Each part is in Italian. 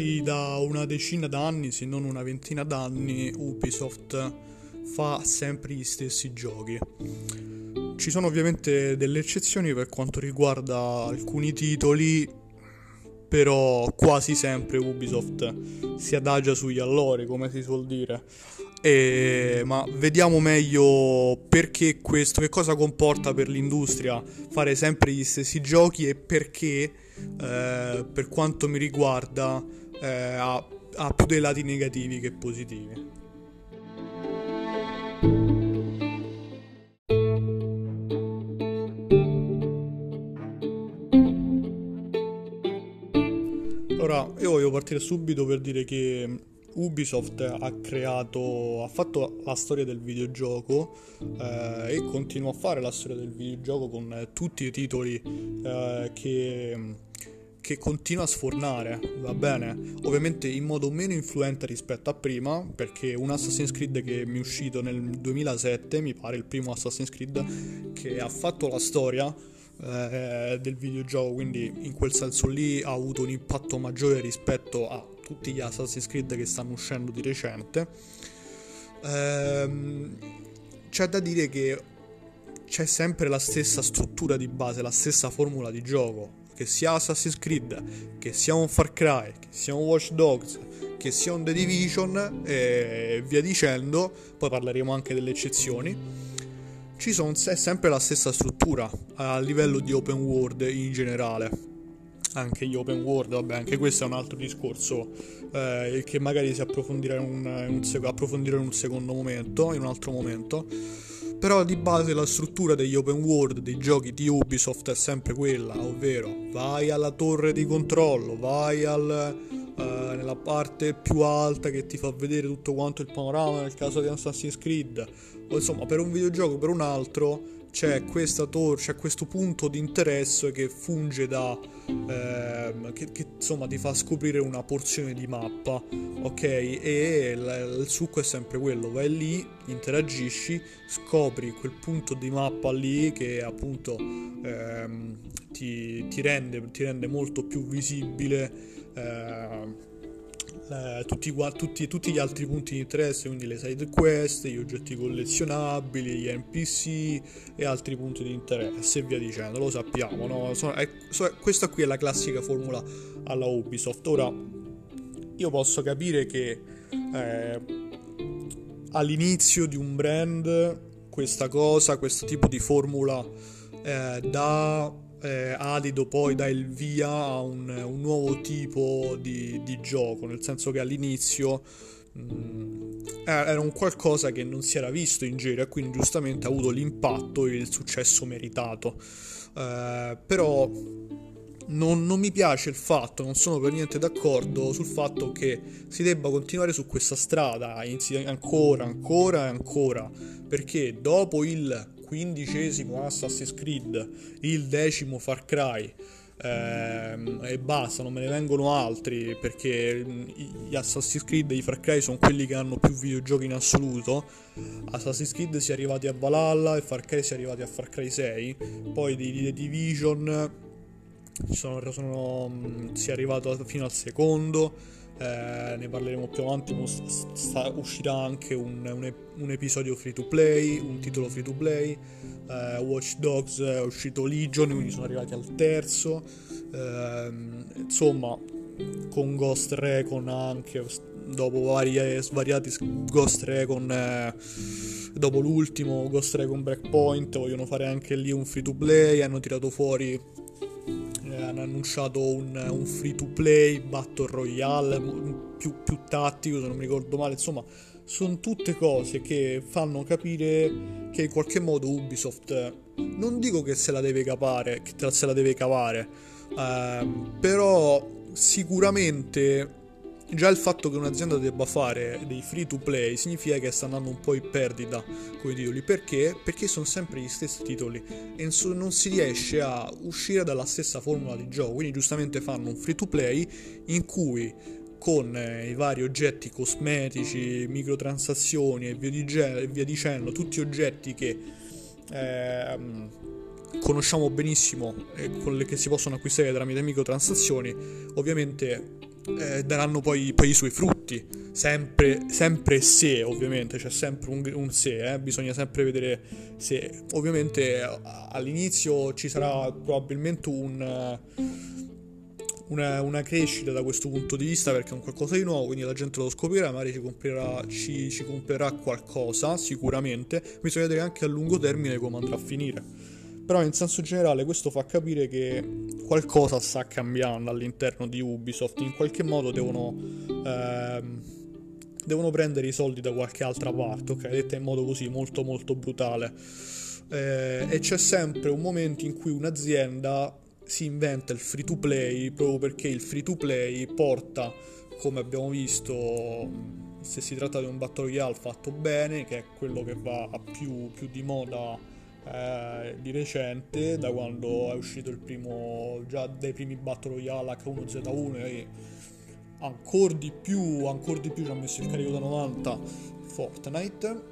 ormai da una decina d'anni, se non una ventina d'anni, Ubisoft fa sempre gli stessi giochi. Ci sono ovviamente delle eccezioni per quanto riguarda alcuni titoli, però quasi sempre Ubisoft si adagia sugli allori, come si suol dire. Ma vediamo meglio perché questo, che cosa comporta per l'industria fare sempre gli stessi giochi e perché, per quanto mi riguarda, ha più dei lati negativi che positivi. Allora, io voglio partire subito per dire che Ubisoft ha fatto la storia del videogioco e continua a fare la storia del videogioco con tutti i titoli che continua a sfornare, va bene? Ovviamente in modo meno influente rispetto a prima, perché un Assassin's Creed che mi è uscito nel 2007, mi pare il primo Assassin's Creed, che ha fatto la storia del videogioco, quindi in quel senso lì ha avuto un impatto maggiore rispetto a tutti gli Assassin's Creed che stanno uscendo di recente. C'è da dire che c'è sempre la stessa struttura di base, la stessa formula di gioco, che sia Assassin's Creed, che sia un Far Cry, che sia un Watch Dogs, che sia un The Division e via dicendo. Poi parleremo anche delle eccezioni. È sempre la stessa struttura a livello di open world in generale. Anche gli open world, vabbè, anche questo è un altro discorso che magari si approfondirà approfondirò in un secondo momento, in un altro momento. Però di base la struttura degli open world dei giochi di Ubisoft è sempre quella, ovvero vai alla torre di controllo, vai nella parte più alta che ti fa vedere tutto quanto il panorama nel caso di Assassin's Creed, o insomma per un videogioco per un altro c'è questa torre, c'è questo punto di interesse che funge da che insomma ti fa scoprire una porzione di mappa, ok? E il succo è sempre quello, vai lì, interagisci, scopri quel punto di mappa lì che appunto ti rende molto più visibile tutti gli altri punti di interesse, quindi le side quest, gli oggetti collezionabili, gli NPC e altri punti di interesse e via dicendo, lo sappiamo, no? Questa qui è la classica formula alla Ubisoft. Ora, io posso capire che all'inizio di un brand questo tipo di formula dà Adido poi dà il via a un nuovo tipo di gioco, nel senso che all'inizio era un qualcosa che non si era visto in giro e quindi giustamente ha avuto l'impatto e il successo meritato. Però non mi piace il fatto, non sono per niente d'accordo sul fatto che si debba continuare su questa strada, inizi ancora e ancora, perché dopo il 15° Assassin's Creed, il 10° Far Cry e basta, non me ne vengono altri, perché gli Assassin's Creed e i Far Cry sono quelli che hanno più videogiochi in assoluto. Assassin's Creed si è arrivati a Valhalla e Far Cry si è arrivati a Far Cry 6, poi di The Division si è arrivato fino al secondo. Ne parleremo più avanti. Uscirà anche un episodio free to play, un titolo free to play. Watch Dogs è uscito Legion, quindi sono arrivati al terzo. Insomma, con Ghost Recon anche dopo svariati Ghost Recon, dopo l'ultimo Ghost Recon Breakpoint vogliono fare anche lì un free to play. Hanno annunciato un free to play Battle Royale più tattico, se non mi ricordo male. Insomma, sono tutte cose che fanno capire che in qualche modo Ubisoft, non dico che se la deve cavare, però sicuramente già il fatto che un'azienda debba fare dei free to play significa che sta andando un po' in perdita con i titoli. Perché sono sempre gli stessi titoli e non si riesce a uscire dalla stessa formula di gioco. Quindi giustamente fanno un free to play in cui con i vari oggetti cosmetici, microtransazioni e via dicendo, tutti oggetti che conosciamo benissimo e che si possono acquistare tramite microtransazioni, ovviamente daranno poi i suoi frutti, sempre se, ovviamente, c'è sempre un se, bisogna sempre vedere se, ovviamente all'inizio ci sarà probabilmente una crescita da questo punto di vista, perché è un qualcosa di nuovo, quindi la gente lo scoprirà, magari ci comprerà qualcosa, sicuramente. Bisogna vedere anche a lungo termine come andrà a finire. Però in senso generale questo fa capire che qualcosa sta cambiando all'interno di Ubisoft, in qualche modo devono prendere i soldi da qualche altra parte, ok? Detta in modo così molto molto brutale. E c'è sempre un momento in cui un'azienda si inventa il free to play, proprio perché il free to play porta, come abbiamo visto, se si tratta di un Battle Royale fatto bene, che è quello che va a più di moda di recente, da quando è uscito il primo, già dai primi Battle Royale H1Z1, e ancora di più ci ha messo il carico da 90 Fortnite.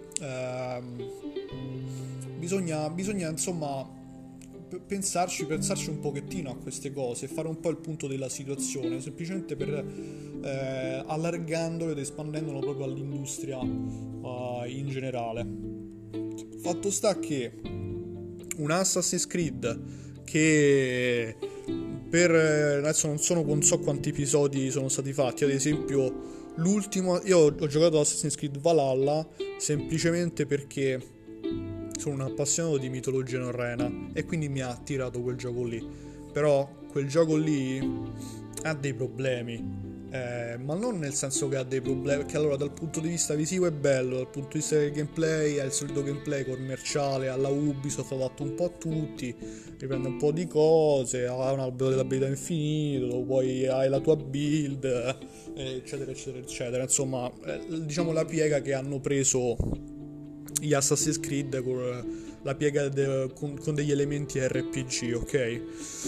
Bisogna insomma pensarci un pochettino a queste cose, fare un po' il punto della situazione, semplicemente per allargandolo ed espandendolo proprio all'industria in generale. Fatto sta che un Assassin's Creed che adesso non so quanti episodi sono stati fatti, ad esempio l'ultimo, io ho giocato ad Assassin's Creed Valhalla semplicemente perché sono un appassionato di mitologia norrena e quindi mi ha attirato quel gioco lì. Però quel gioco lì ha dei problemi, ma non nel senso che ha dei problemi, perché allora dal punto di vista visivo è bello, dal punto di vista del gameplay è il solito gameplay commerciale alla Ubisoft, adatto un po' a tutti, riprende un po' di cose, ha un albero dell'abilità infinito, poi hai la tua build, eccetera eccetera eccetera. Insomma, diciamo la piega che hanno preso gli Assassin's Creed, con la piega con degli elementi RPG, ok?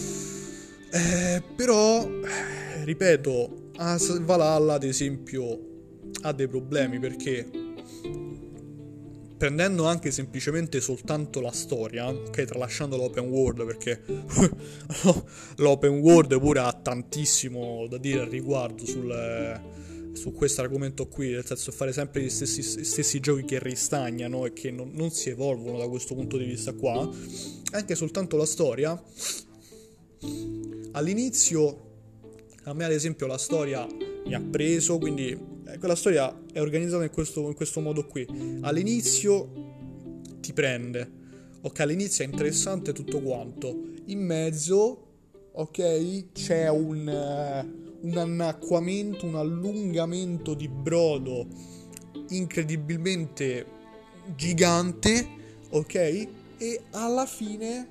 Però, ripeto, Valhalla ad esempio ha dei problemi, perché prendendo anche semplicemente soltanto la storia, ok, tralasciando l'open world, perché l'open world pure ha tantissimo da dire al riguardo su questo argomento qui, nel senso fare sempre gli stessi giochi che ristagnano e che non si evolvono da questo punto di vista qua. Anche soltanto la storia, all'inizio a me ad esempio la storia mi ha preso, quindi quella storia è organizzata in questo modo qui. All'inizio ti prende, ok, all'inizio è interessante tutto quanto, in mezzo, ok, c'è un annacquamento, un allungamento di brodo incredibilmente gigante, ok, e alla fine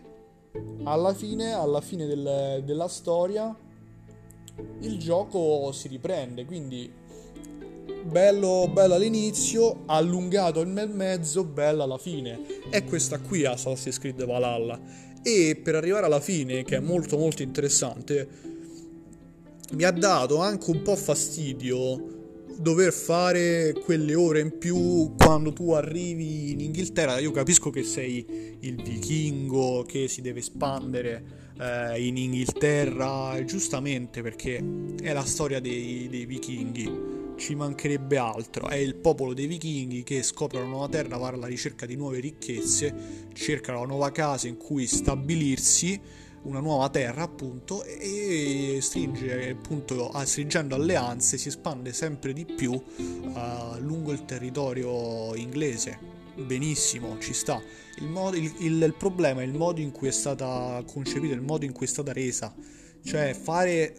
della storia il gioco si riprende, quindi bello all'inizio, allungato nel mezzo, bello alla fine. E questa qui è Assassin's Creed Valhalla. E per arrivare alla fine, che è molto molto interessante, mi ha dato anche un po' fastidio dover fare quelle ore in più quando tu arrivi in Inghilterra. Io capisco che sei il vichingo che si deve espandere in Inghilterra, giustamente, perché è la storia dei vichinghi, ci mancherebbe altro, è il popolo dei vichinghi che scopre una nuova terra, va alla ricerca di nuove ricchezze, cercano una nuova casa in cui stabilirsi, una nuova terra appunto, e stringendo alleanze si espande sempre di più lungo il territorio inglese. Benissimo, ci sta. Il problema è il modo in cui è stata concepita, il modo in cui è stata resa, cioè fare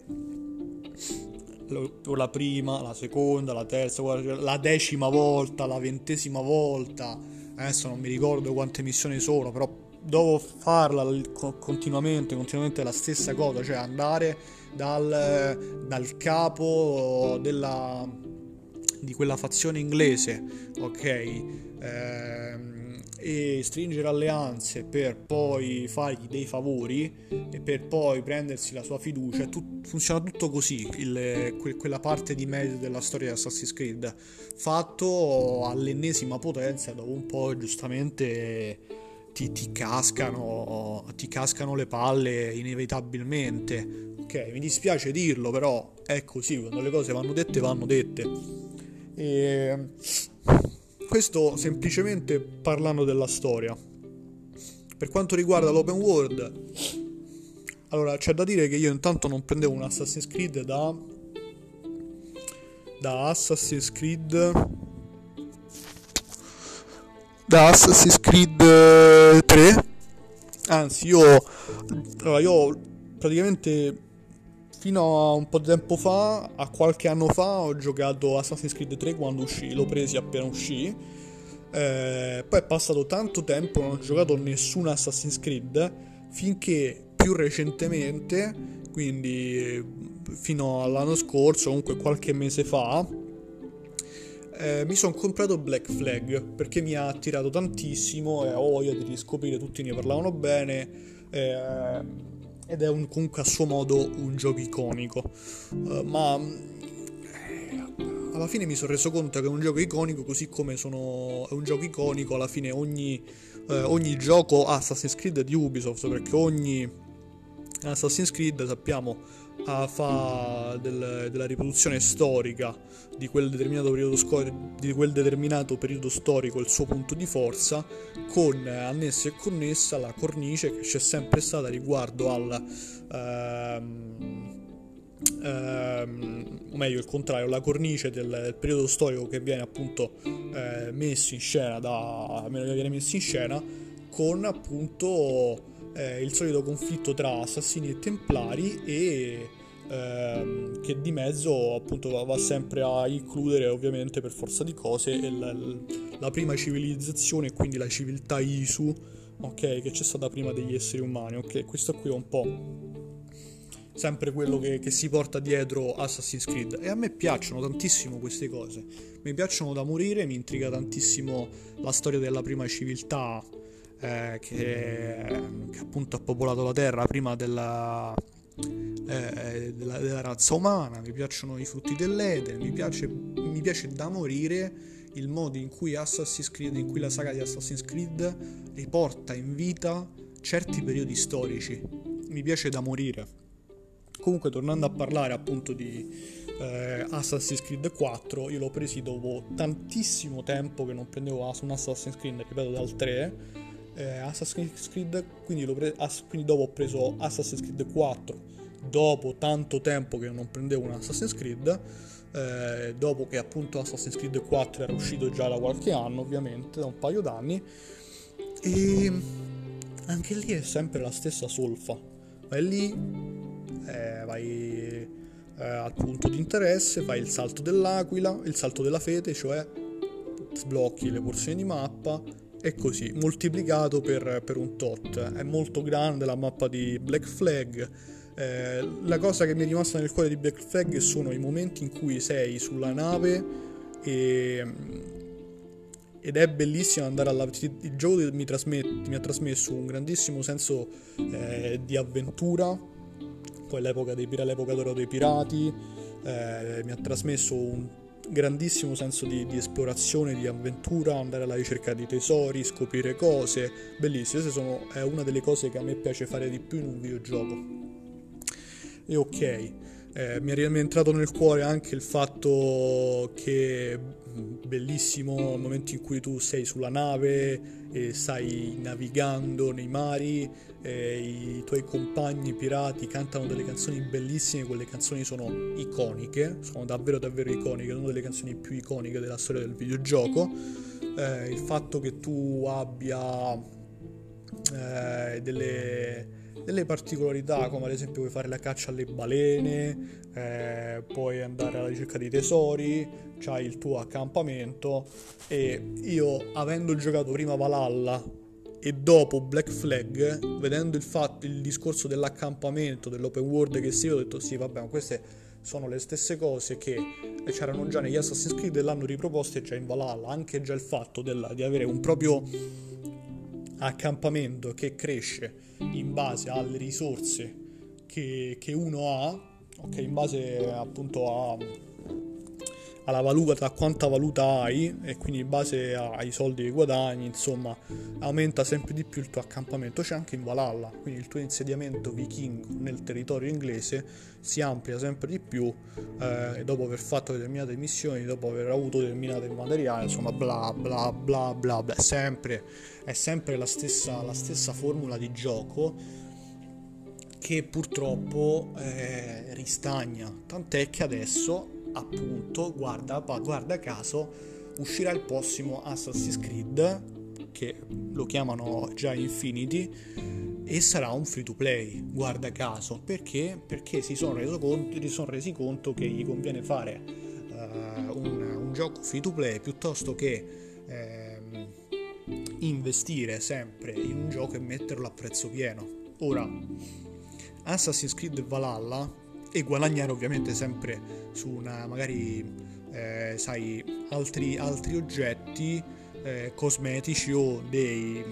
la prima, la seconda, la terza, la 10ª volta, la 20ª volta, adesso non mi ricordo quante missioni sono, però devo farla continuamente la stessa cosa, cioè andare dal capo di quella fazione inglese, ok, e stringere alleanze per poi fargli dei favori e per poi prendersi la sua fiducia. Funziona tutto così, quella parte di medio della storia di Assassin's Creed, fatto all'ennesima potenza. Dopo un po' giustamente ti cascano le palle inevitabilmente, ok? ok, mi dispiace dirlo, però è così, quando le cose vanno dette, vanno dette. E questo semplicemente parlando della storia. Per quanto riguarda l'open world, allora c'è da dire che io intanto non prendevo un Assassin's Creed da Assassin's Creed 3. Anzi, io praticamente fino a un po' di tempo fa, a qualche anno fa, ho giocato Assassin's Creed 3 quando uscì, l'ho presi appena uscì. Poi è passato tanto tempo, non ho giocato nessun Assassin's Creed, finché più recentemente, quindi fino all'anno scorso, comunque qualche mese fa, mi sono comprato Black Flag perché mi ha attirato tantissimo e ho voglia di riscoprire, tutti ne parlavano bene, ed è comunque a suo modo un gioco iconico, ma alla fine mi sono reso conto che è un gioco iconico, così come è un gioco iconico alla fine ogni gioco Assassin's Creed di Ubisoft, perché ogni Assassin's Creed, sappiamo, fa della riproduzione storica di quel determinato periodo storico il suo punto di forza, con annessa e connessa la cornice che c'è sempre stata riguardo o meglio il contrario, la cornice del periodo storico che viene appunto messo in scena con appunto il solito conflitto tra assassini e templari, e che di mezzo appunto va sempre a includere, ovviamente per forza di cose, la prima civilizzazione, e quindi la civiltà Isu, ok, che c'è stata prima degli esseri umani. Ok, questo qui è un po' sempre quello che si porta dietro Assassin's Creed, e a me piacciono tantissimo queste cose, mi piacciono da morire, mi intriga tantissimo la storia della prima civiltà, che appunto ha popolato la terra prima della razza umana. Mi piacciono i frutti dell'Eden, mi piace da morire il modo in cui la saga di Assassin's Creed riporta in vita certi periodi storici, mi piace da morire. Comunque, tornando a parlare appunto di Assassin's Creed 4, io l'ho presi dopo tantissimo tempo che non prendevo un Assassin's Creed, ripeto, dal 3. Assassin's Creed, quindi dopo ho preso Assassin's Creed 4 dopo tanto tempo che non prendevo un Assassin's Creed, dopo che appunto Assassin's Creed 4 era uscito già da qualche anno, ovviamente da un paio d'anni, e anche lì è sempre la stessa solfa. Vai lì, vai al punto di interesse, fai il salto dell'aquila, il salto della fete, cioè sblocchi le porzioni di mappa, e così moltiplicato per un tot. È molto grande la mappa di Black Flag. La cosa che mi è rimasta nel cuore di Black Flag sono i momenti in cui sei sulla nave ed è bellissimo andare il gioco mi ha trasmesso un grandissimo senso di avventura. Poi l'epoca d'oro dei pirati, mi ha trasmesso un grandissimo senso di esplorazione, di avventura, andare alla ricerca di tesori, scoprire cose bellissime. È una delle cose che a me piace fare di più in un videogioco. E ok, mi è entrato nel cuore anche il fatto che bellissimo il momento in cui tu sei sulla nave e stai navigando nei mari, i tuoi compagni pirati cantano delle canzoni bellissime. Quelle canzoni sono iconiche, sono davvero davvero iconiche, una delle canzoni più iconiche della storia del videogioco. Il fatto che tu abbia delle particolarità, come ad esempio puoi fare la caccia alle balene, puoi andare alla ricerca di tesori, c'hai il tuo accampamento. E io, avendo giocato prima Valhalla e dopo Black Flag, vedendo il discorso dell'accampamento, dell'open world che ho detto sì, vabbè, ma queste sono le stesse cose che c'erano già negli Assassin's Creed e l'hanno riproposte già in Valhalla. Anche già il fatto di avere un proprio accampamento che cresce in base alle risorse che uno ha, ok, in base appunto alla valuta, a quanta valuta hai, e quindi in base ai soldi che guadagni, insomma, aumenta sempre di più il tuo accampamento. C'è anche in Valhalla, quindi il tuo insediamento vichingo nel territorio inglese si amplia sempre di più, dopo aver fatto determinate missioni, dopo aver avuto determinate materiali, insomma, bla bla bla bla bla. È sempre la stessa formula di gioco che purtroppo ristagna, tant'è che adesso, appunto, guarda caso, uscirà il prossimo Assassin's Creed, che lo chiamano già Infinity, e sarà un free to play, guarda caso. Perché si sono resi conto che gli conviene fare un gioco free to play piuttosto che investire sempre in un gioco e metterlo a prezzo pieno. Ora, Assassin's Creed Valhalla, e guadagnare ovviamente sempre su una, magari sai, altri oggetti cosmetici o dei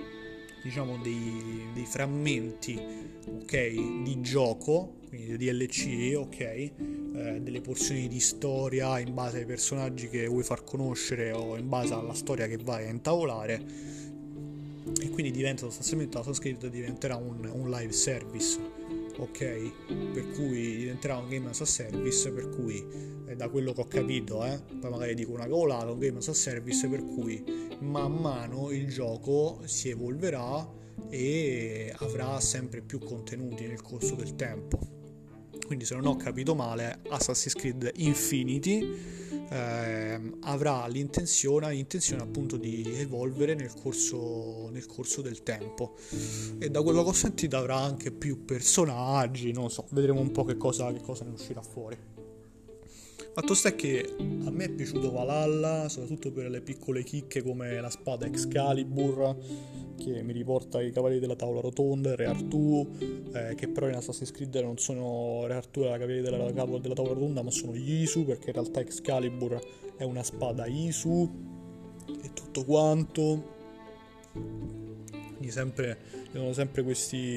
frammenti, ok, di gioco, quindi dei DLC, ok, delle porzioni di storia in base ai personaggi che vuoi far conoscere o in base alla storia che vai a intavolare, e quindi diventa sostanzialmente, Assassin's Creed diventerà un live service, ok, per cui diventerà un game as a service, per cui da quello che ho capito, poi magari dico una cavolata, un game as a service per cui man mano il gioco si evolverà e avrà sempre più contenuti nel corso del tempo. Quindi, se non ho capito male, Assassin's Creed Infinity avrà l'intenzione appunto di evolvere nel corso del tempo, e da quello che ho sentito avrà anche più personaggi, non so, vedremo un po' che cosa ne uscirà fuori. Fatto sta che a me è piaciuto Valhalla soprattutto per le piccole chicche come la spada Excalibur, che mi riporta ai Cavalieri della Tavola Rotonda, Re Artù, che però in Assassin's Creed non sono Re Artù e la Cavalieri della Tavola Rotonda, ma sono gli Isu, perché in realtà Excalibur è una spada Isu e tutto quanto. Quindi sono sempre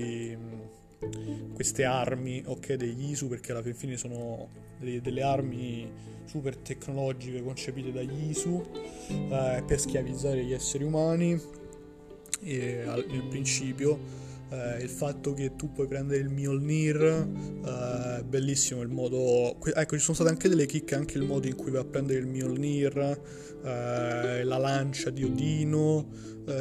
queste armi, ok, degli Isu, perché alla fine sono delle armi super tecnologiche concepite dagli Isu per schiavizzare gli esseri umani. E nel principio il fatto che tu puoi prendere il Mjolnir, bellissimo il modo, ecco, ci sono state anche delle chicche, anche il modo in cui vai a prendere il Mjolnir, la lancia di Odino,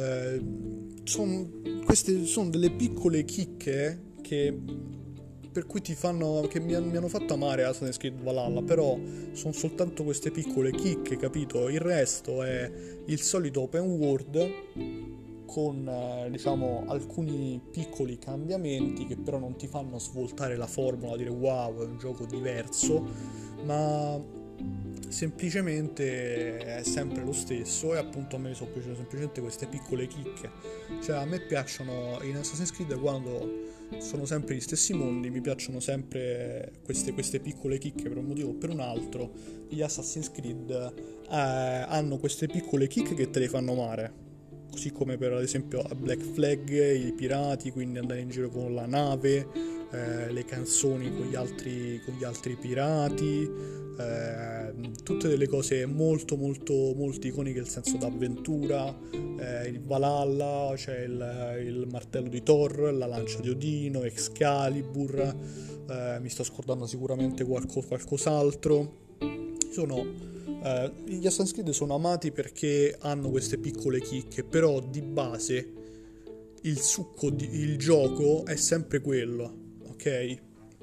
queste sono delle piccole chicche per cui che mi hanno fatto amare Assassin's Creed Valhalla, però sono soltanto queste piccole chicche, capito? Il resto è il solito open world con diciamo alcuni piccoli cambiamenti che però non ti fanno svoltare la formula, dire wow, è un gioco diverso, ma semplicemente è sempre lo stesso. E appunto a me sono piaciute semplicemente queste piccole chicche, cioè a me piacciono in Assassin's Creed, quando sono sempre gli stessi mondi, mi piacciono sempre queste piccole chicche, per un motivo o per un altro. Gli Assassin's Creed hanno queste piccole chicche che te le fanno amare, così come per ad esempio a Black Flag, i pirati, quindi andare in giro con la nave, le canzoni con gli altri pirati, tutte delle cose molto molto molto iconiche, nel senso d'avventura. Il Valhalla, c'è il martello di Thor, la lancia di Odino, Excalibur, mi sto scordando sicuramente qualcos'altro. Gli Assassin's Creed sono amati perché hanno queste piccole chicche, però di base il succo il gioco è sempre quello, ok?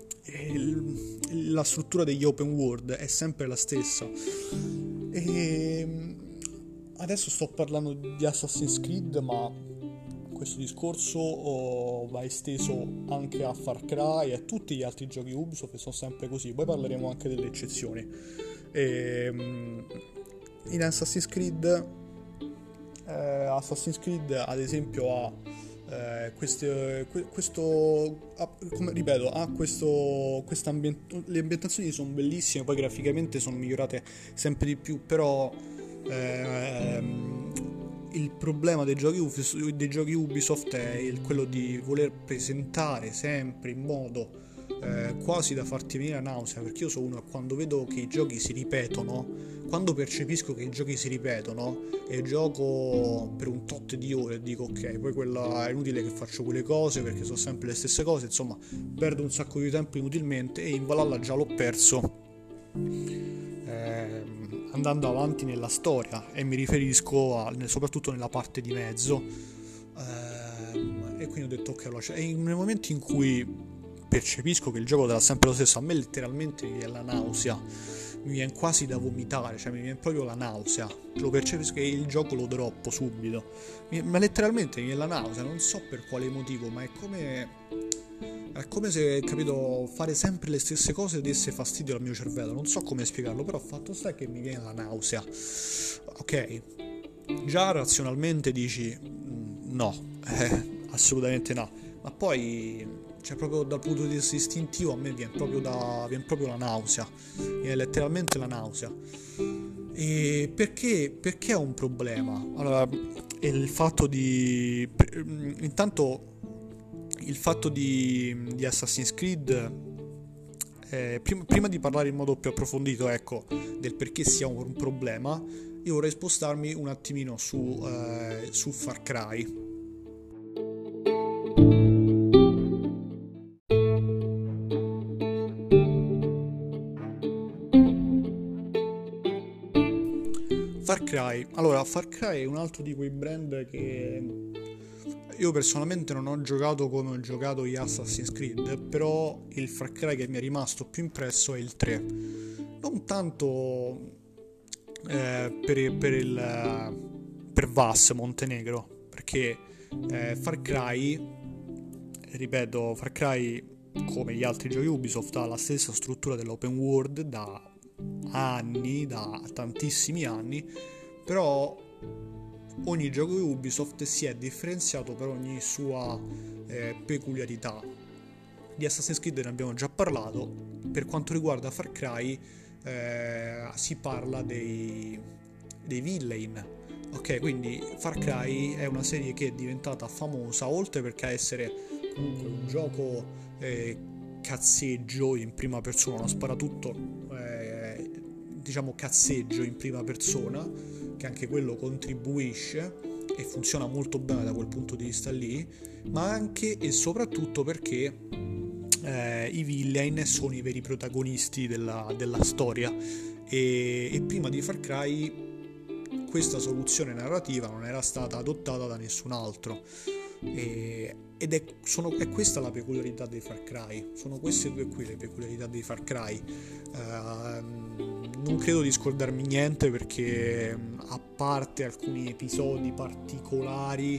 La struttura degli open world è sempre la stessa. E adesso sto parlando di Assassin's Creed, ma questo discorso va esteso anche a Far Cry e a tutti gli altri giochi Ubisoft, che sono sempre così. Poi parleremo anche delle eccezioni. In Assassin's Creed ad esempio ha le ambientazioni sono bellissime, poi graficamente sono migliorate sempre di più, però il problema dei giochi Ubisoft è quello di voler presentare sempre in modo quasi da farti venire la nausea, perché io sono uno quando vedo che i giochi si ripetono, quando percepisco che i giochi si ripetono e gioco per un tot di ore e dico ok, poi quella è inutile che faccio quelle cose perché sono sempre le stesse cose, insomma perdo un sacco di tempo inutilmente e in Valhalla già l'ho perso andando avanti nella storia, e mi riferisco soprattutto nella parte di mezzo, e quindi ho detto ok, allora, e nel momento in cui percepisco che il gioco sarà sempre lo stesso, a me letteralmente mi viene la nausea, mi viene quasi da vomitare, cioè mi viene proprio la nausea, lo percepisco che il gioco lo droppo subito, ma letteralmente mi viene la nausea, non so per quale motivo, ma è come se, capito, fare sempre le stesse cose desse fastidio al mio cervello, non so come spiegarlo, però fatto sta che mi viene la nausea. Ok, già razionalmente dici no, assolutamente no, ma poi, cioè, proprio dal punto di vista istintivo a me viene proprio la nausea, viene letteralmente la nausea. E perché è un problema? Allora, è il fatto di intanto il fatto di Assassin's Creed, prima di parlare in modo più approfondito, ecco, del perché sia un problema, io vorrei spostarmi un attimino su Far Cry. Far Cry è un altro di quei brand che io personalmente non ho giocato come ho giocato gli Assassin's Creed, però il Far Cry che mi è rimasto più impresso è il 3. Non tanto per VAS Montenegro, perché Far Cry, ripeto, Far Cry come gli altri giochi Ubisoft ha la stessa struttura dell'open world da tantissimi anni, però ogni gioco di Ubisoft si è differenziato per ogni sua peculiarità. Di Assassin's Creed ne abbiamo già parlato, per quanto riguarda Far Cry si parla dei villain. Ok, quindi Far Cry è una serie che è diventata famosa, oltre perché essere comunque un gioco cazzeggio in prima persona, uno sparatutto diciamo cazzeggio in prima persona, che anche quello contribuisce e funziona molto bene da quel punto di vista lì, ma anche e soprattutto perché i villain sono i veri protagonisti della storia, e prima di Far Cry questa soluzione narrativa non era stata adottata da nessun altro, ed è questa la peculiarità dei Far Cry, sono queste due qui le peculiarità dei Far Cry. Non credo di scordarmi niente, perché a parte alcuni episodi particolari,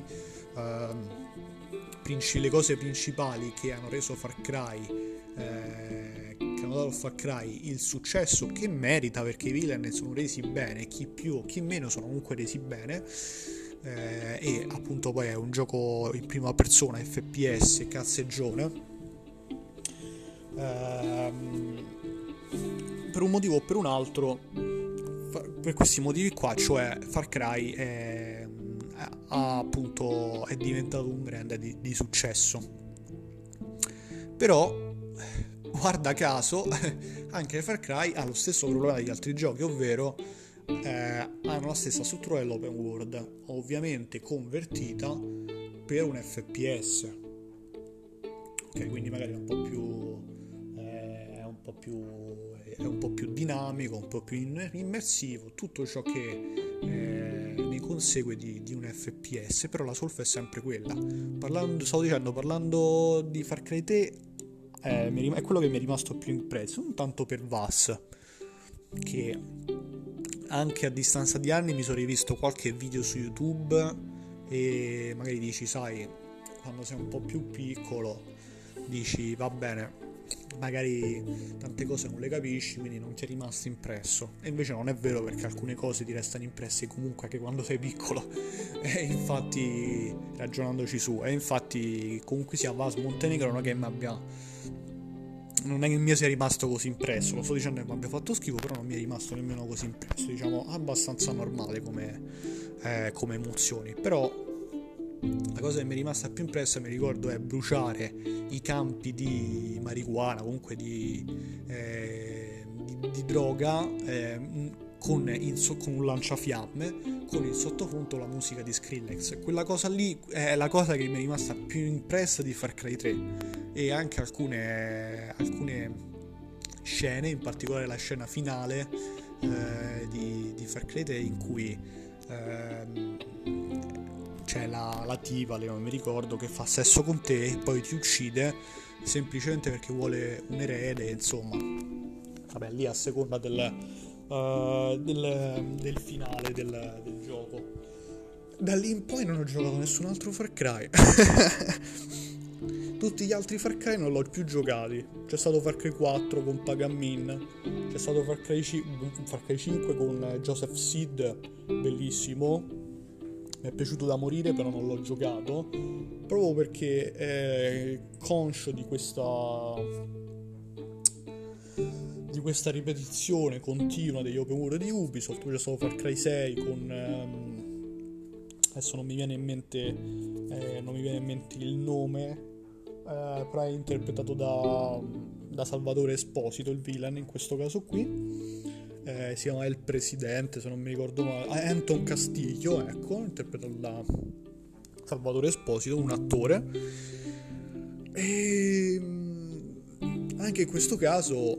le cose principali che hanno reso Far Cry, che hanno dato a Far Cry il successo che merita, perché i villain sono resi bene, chi più o chi meno sono comunque resi bene, e appunto poi è un gioco in prima persona, FPS, cazzeggione. Per un motivo o per un altro, per questi motivi qua, cioè Far Cry è diventato un brand di successo. Però guarda caso anche Far Cry ha lo stesso problema degli altri giochi, ovvero hanno la stessa struttura dell'open world, ovviamente convertita per un FPS. Ok, quindi magari è un po' più dinamico, un po' più immersivo, tutto ciò che ne consegue di un FPS, però la solfa è sempre quella. Parlando di Far Cry 3, è quello che mi è rimasto più impresso, non tanto per VAS, che anche a distanza di anni mi sono rivisto qualche video su YouTube, e magari dici, sai, quando sei un po' più piccolo dici va bene, magari tante cose non le capisci, quindi non ti è rimasto impresso, e invece non è vero, perché alcune cose ti restano impresse comunque anche quando sei piccolo. E infatti, ragionandoci su, comunque sia VAS Montenegro non è che mi sia rimasto così impresso, lo sto dicendo che mi abbia fatto schifo, però non mi è rimasto nemmeno così impresso, diciamo abbastanza normale come emozioni. Però la cosa che mi è rimasta più impressa, mi ricordo, è bruciare i campi di marijuana, comunque di droga, con un lanciafiamme, con in sottofondo la musica di Skrillex. Quella cosa lì è la cosa che mi è rimasta più impressa di Far Cry 3, e anche alcune scene, in particolare la scena finale di Far Cry 3, in cui c'è la tipa, non mi ricordo, che fa sesso con te e poi ti uccide semplicemente perché vuole un erede, insomma. Vabbè, lì a seconda del finale del gioco. Da lì in poi non ho giocato nessun altro Far Cry. Tutti gli altri Far Cry non l'ho più giocati. C'è stato Far Cry 4 con Pagan Min, c'è stato Far Cry 5 con Joseph Seed, bellissimo. Mi è piaciuto da morire, però non l'ho giocato proprio perché conscio di questa ripetizione continua degli open world di Ubisoft. Poi c'è stato Far Cry 6 con adesso non mi viene in mente il nome, però è interpretato da Salvatore Esposito, il villain in questo caso qui. Si chiama El Presidente, se non mi ricordo male, Anton Castillo, ecco, interpretato da Salvatore Esposito, un attore. E anche in questo caso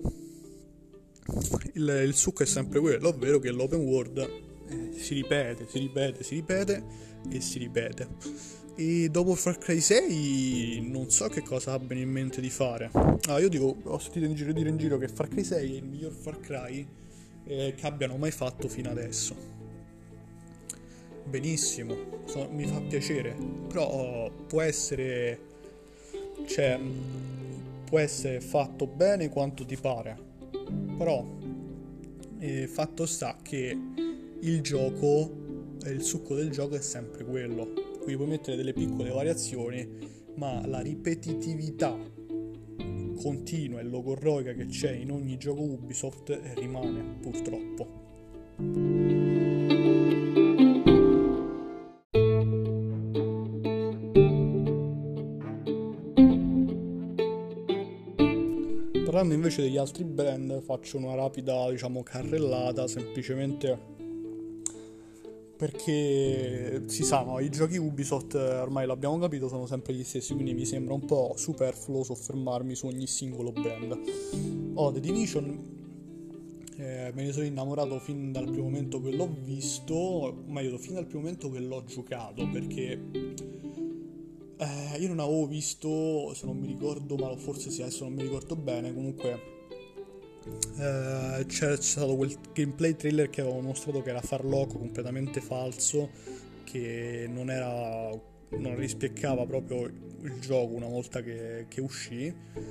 il succo è sempre quello, ovvero che l'open world si ripete e si ripete. E dopo Far Cry 6 non so che cosa abbiano in mente di fare. Io dico, ho sentito dire in giro che Far Cry 6 è il miglior Far Cry che abbiano mai fatto fino adesso. Benissimo, mi fa piacere, però può essere fatto bene quanto ti pare. Però fatto sta che il succo del gioco è sempre quello. Qui puoi mettere delle piccole variazioni, ma la ripetitività continua e logorroica che c'è in ogni gioco Ubisoft rimane, purtroppo. Parlando invece degli altri brand, faccio una rapida, carrellata, semplicemente perché si sa, no? I giochi Ubisoft, ormai l'abbiamo capito, sono sempre gli stessi, quindi mi sembra un po' superfluo soffermarmi su ogni singolo brand. The Division, me ne sono innamorato fin dal primo momento che l'ho visto, o meglio, fin dal primo momento che l'ho giocato, perché io non avevo visto, se non mi ricordo, ma forse sì, adesso non mi ricordo bene, comunque c'è stato quel gameplay trailer che avevo mostrato che era farlocco, completamente falso, che non rispecchiava proprio il gioco una volta che uscì,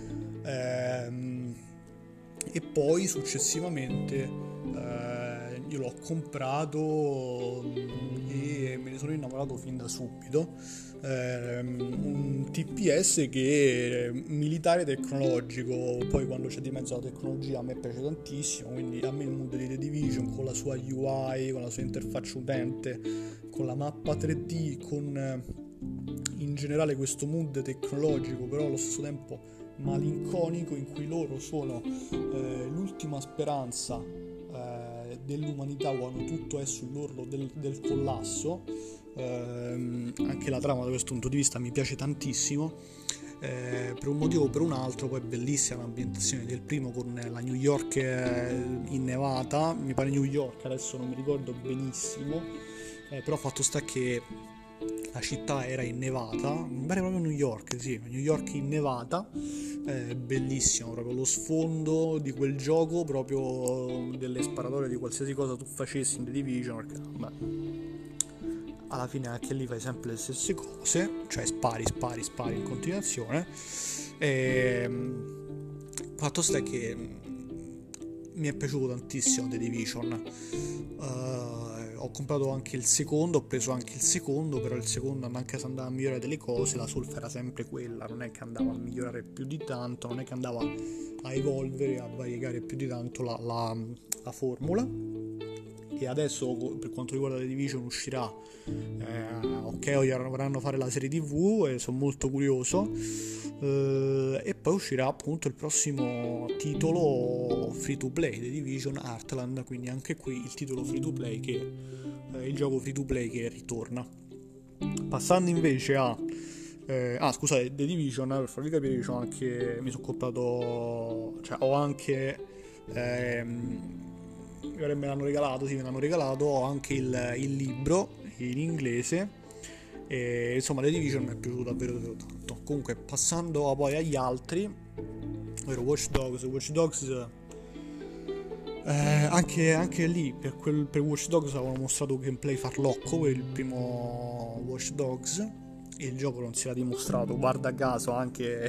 e poi successivamente io l'ho comprato e me ne sono innamorato fin da subito. Un TPS che è militare tecnologico, poi quando c'è di mezzo la tecnologia a me piace tantissimo, quindi a me il mondo di The Division con la sua UI, con la sua interfaccia utente, con la mappa 3D, con in generale questo mood tecnologico però allo stesso tempo malinconico, in cui loro sono l'ultima speranza dell'umanità quando tutto è sull'orlo del collasso. Anche la trama da questo punto di vista mi piace tantissimo, per un motivo o per un altro. Poi è bellissima l'ambientazione del primo con la New York innevata, mi pare New York, adesso non mi ricordo benissimo, però fatto sta che la città era innevata, mi pare proprio New York, sì, New York innevata, bellissimo proprio lo sfondo di quel gioco, proprio delle sparatorie di qualsiasi cosa tu facessi in The Division, perché alla fine anche lì fai sempre le stesse cose, cioè spari in continuazione. Fatto sta che mi è piaciuto tantissimo The Division. Ho comprato anche il secondo, ho preso anche il secondo, però il secondo, anche se andava a migliorare delle cose, la solfa era sempre quella, non è che andava a migliorare più di tanto, non è che andava a evolvere, a variegare più di tanto la formula. e adesso per quanto riguarda The Division uscirà, ok, vorranno fare la serie TV e sono molto curioso, e poi uscirà appunto il prossimo titolo free to play, The Division Heartland, quindi anche qui il titolo free to play il gioco free to play che ritorna. Passando invece a scusate, The Division, per farvi capire, mi sono comprato, cioè ho anche me l'hanno regalato, ho anche il libro in inglese, e insomma The Division mi è piaciuto davvero tanto. Comunque, passando poi agli altri, ovvero Watch Dogs, anche lì per Watch Dogs avevano mostrato gameplay farlocco, il primo Watch Dogs, e il gioco non si era dimostrato, guarda caso, anche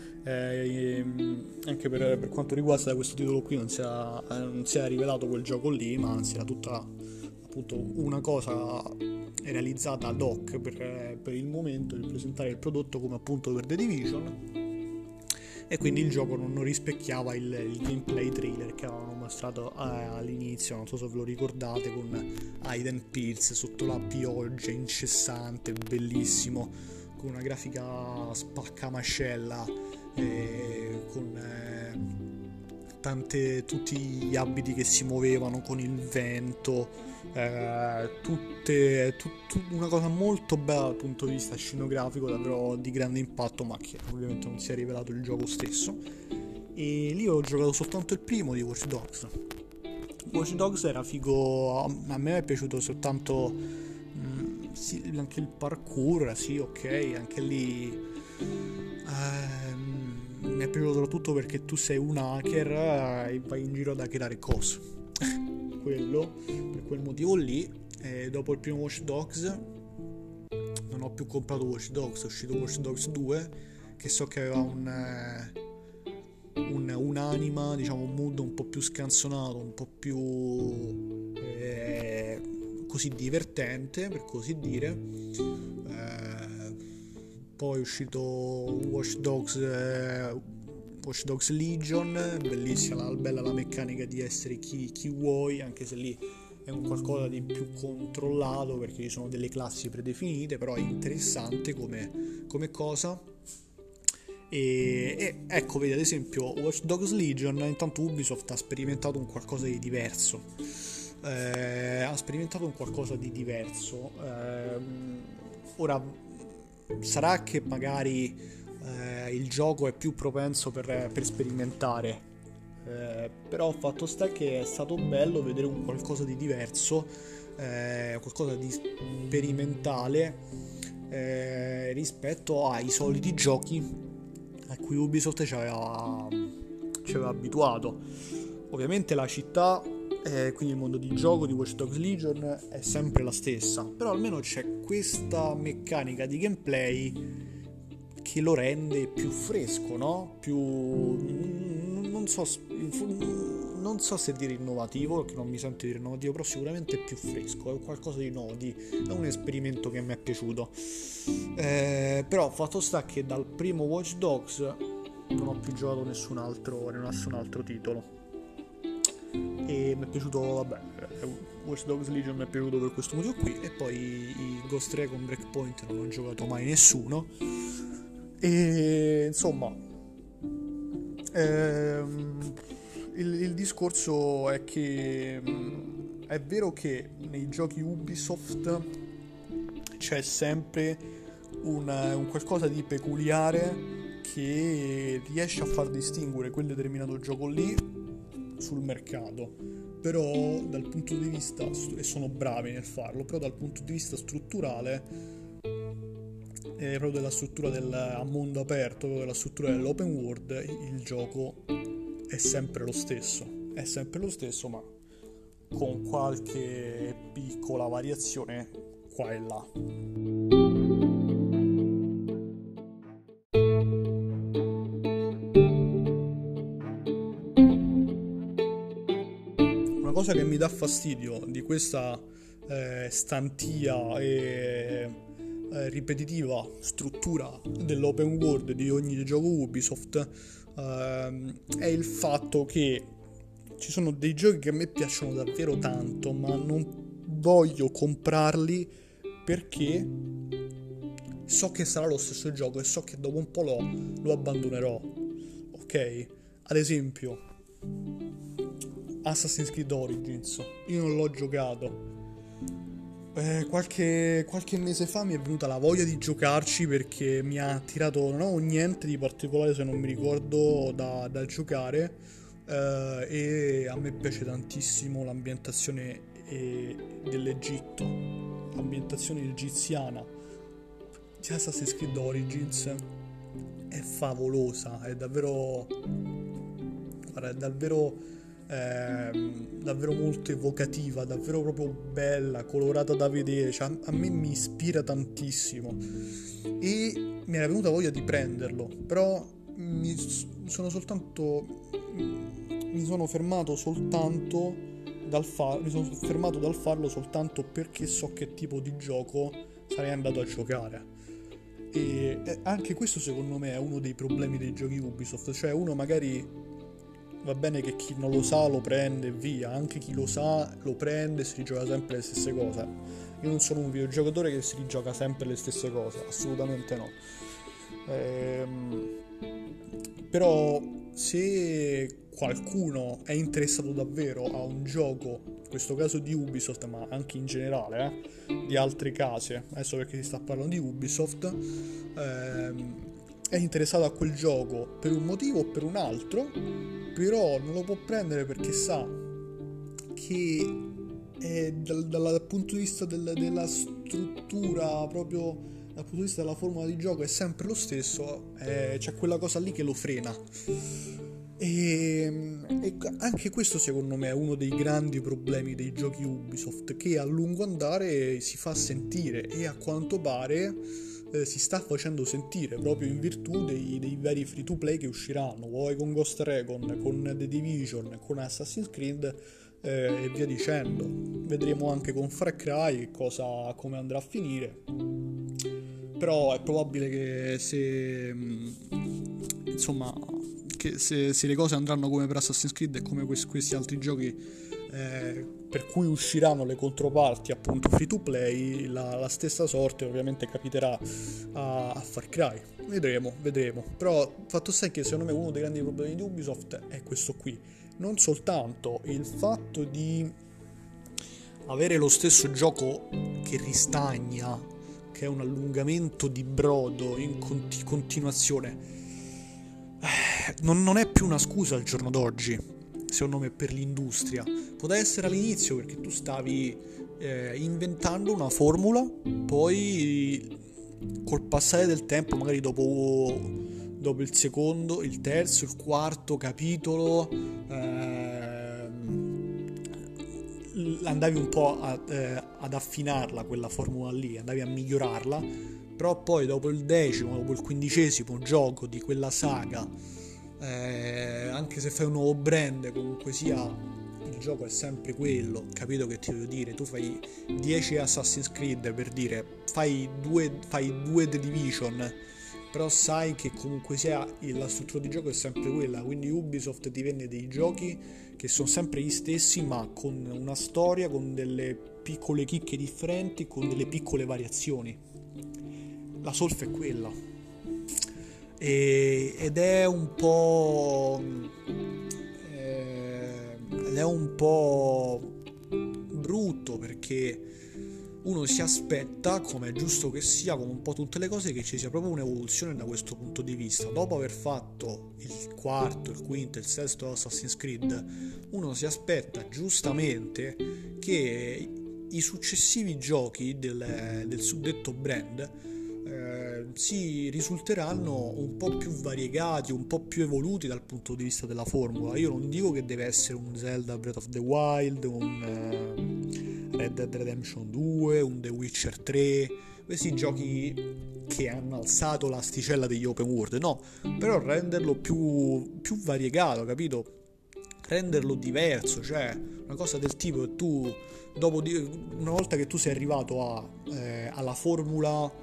per quanto riguarda questo titolo qui non si era rivelato quel gioco lì, ma anzi era tutta appunto una cosa realizzata ad hoc per il momento di presentare il prodotto, come appunto per The Division, e quindi il gioco non rispecchiava il gameplay trailer che avevano mostrato all'inizio, non so se ve lo ricordate, con Aiden Pierce sotto la pioggia incessante, bellissimo, con una grafica spaccamascella, con tutti gli abiti che si muovevano con il vento, una cosa molto bella dal punto di vista scenografico, davvero di grande impatto, ma che ovviamente non si è rivelato il gioco stesso. E lì ho giocato soltanto il primo di Watch Dogs. Watch Dogs era figo, a me è piaciuto soltanto sì, anche il parkour, sì, ok, anche lì mi è piaciuto soprattutto perché tu sei un hacker e vai in giro ad hackerare cose. Quello, per quel motivo lì. Dopo il primo Watch Dogs non ho più comprato Watch Dogs, è uscito Watch Dogs 2, che so che aveva un'anima, diciamo, un mood un po' più scanzonato, un po' più così divertente, per così dire. Poi è uscito Watch Dogs Legion, bellissima, bella la meccanica di essere chi vuoi, anche se lì è un qualcosa di più controllato perché ci sono delle classi predefinite, però è interessante come cosa. E ecco, vedi, ad esempio Watch Dogs Legion, intanto Ubisoft ha sperimentato un qualcosa di diverso, ora sarà che magari il gioco è più propenso per sperimentare, però fatto sta che è stato bello vedere un qualcosa di diverso, qualcosa di sperimentale, rispetto ai soliti giochi a cui Ubisoft ci aveva abituato. Ovviamente la città, quindi il mondo di gioco di Watch Dogs Legion è sempre la stessa, però almeno c'è questa meccanica di gameplay che lo rende più fresco, no? Non so se dire innovativo, perché non mi sento dire innovativo, però sicuramente più fresco, è qualcosa di nuovo, è un esperimento che mi è piaciuto. Però fatto sta che dal primo Watch Dogs non ho più giocato nessun altro titolo, e mi è piaciuto, vabbè, Watch Dogs Legion mi è piaciuto per questo motivo qui, e poi i Ghost Recon Breakpoint non ho giocato mai nessuno, e insomma il discorso è che è vero che nei giochi Ubisoft c'è sempre un qualcosa di peculiare che riesce a far distinguere quel determinato gioco lì sul mercato, però dal punto di vista, e sono bravi nel farlo, però dal punto di vista strutturale, proprio della struttura a mondo aperto, proprio della struttura dell'open world, il gioco è sempre lo stesso, ma con qualche piccola variazione qua e là. Una cosa che mi dà fastidio di questa stantia e ripetitiva struttura dell'open world di ogni gioco Ubisoft è il fatto che ci sono dei giochi che a me piacciono davvero tanto, ma non voglio comprarli perché so che sarà lo stesso gioco e so che dopo un po' lo abbandonerò. Ok? Ad esempio, Assassin's Creed Origins. Io non l'ho giocato. Qualche mese fa mi è venuta la voglia di giocarci perché mi ha attirato, non ho niente di particolare se non mi ricordo da giocare, e a me piace tantissimo l'ambientazione dell'Egitto, l'ambientazione egiziana di Assassin's Creed Origins è favolosa, è davvero, guarda, è davvero molto evocativa, davvero proprio bella, colorata da vedere, cioè, a me mi ispira tantissimo e mi era venuta voglia di prenderlo, però mi sono fermato soltanto dal farlo soltanto perché so che tipo di gioco sarei andato a giocare. E anche questo secondo me è uno dei problemi dei giochi Ubisoft, cioè uno magari va bene che chi non lo sa lo prende e via, anche chi lo sa lo prende e si rigioca sempre le stesse cose. Io non sono un videogiocatore che si rigioca sempre le stesse cose, assolutamente no. Però se qualcuno è interessato davvero a un gioco, in questo caso di Ubisoft, ma anche in generale, di altre case, adesso perché si sta parlando di Ubisoft, è interessato a quel gioco per un motivo o per un altro, però non lo può prendere perché sa che dal punto di vista della struttura, proprio dal punto di vista della formula di gioco è sempre lo stesso, c'è quella cosa lì che lo frena. E anche questo secondo me è uno dei grandi problemi dei giochi Ubisoft, che a lungo andare si fa sentire e a quanto pare si sta facendo sentire proprio in virtù dei vari free to play che usciranno, vuoi con Ghost Recon, con The Division, con Assassin's Creed, e via dicendo. Vedremo anche con Far Cry come andrà a finire, però è probabile che se le cose andranno come per Assassin's Creed e come questi altri giochi per cui usciranno le controparti appunto free to play, la stessa sorte ovviamente capiterà a Far Cry. Vedremo. Però fatto sta che secondo me uno dei grandi problemi di Ubisoft è questo qui, non soltanto il fatto di avere lo stesso gioco che ristagna, che è un allungamento di brodo in continuazione. Non è più una scusa al giorno d'oggi, secondo me, per l'industria. Poteva essere all'inizio perché tu stavi inventando una formula, poi col passare del tempo, magari dopo il secondo, il terzo, il quarto capitolo, andavi un po' ad affinarla quella formula lì, andavi a migliorarla, però poi dopo il 10°, dopo il 15° gioco di quella saga, anche se fai un nuovo brand, comunque sia il gioco è sempre quello, capito che ti voglio dire? Tu fai 10 Assassin's Creed, per dire, fai due The Division, però sai che comunque sia la struttura di gioco è sempre quella, quindi Ubisoft ti vende dei giochi che sono sempre gli stessi, ma con una storia, con delle piccole chicche differenti, con delle piccole variazioni. La solfa è quella. Ed è un po' brutto, perché uno si aspetta, come è giusto che sia, come un po' tutte le cose, che ci sia proprio un'evoluzione da questo punto di vista. Dopo aver fatto il quarto, il quinto, il sesto Assassin's Creed, uno si aspetta giustamente che i successivi giochi del suddetto brand si risulteranno un po' più variegati, un po' più evoluti dal punto di vista della formula. Io non dico che deve essere un Zelda Breath of the Wild, un Red Dead Redemption 2, un The Witcher 3, questi giochi che hanno alzato l'asticella degli open world, no, però renderlo più variegato, capito? Renderlo diverso, cioè una cosa del tipo che tu una volta che tu sei arrivato alla formula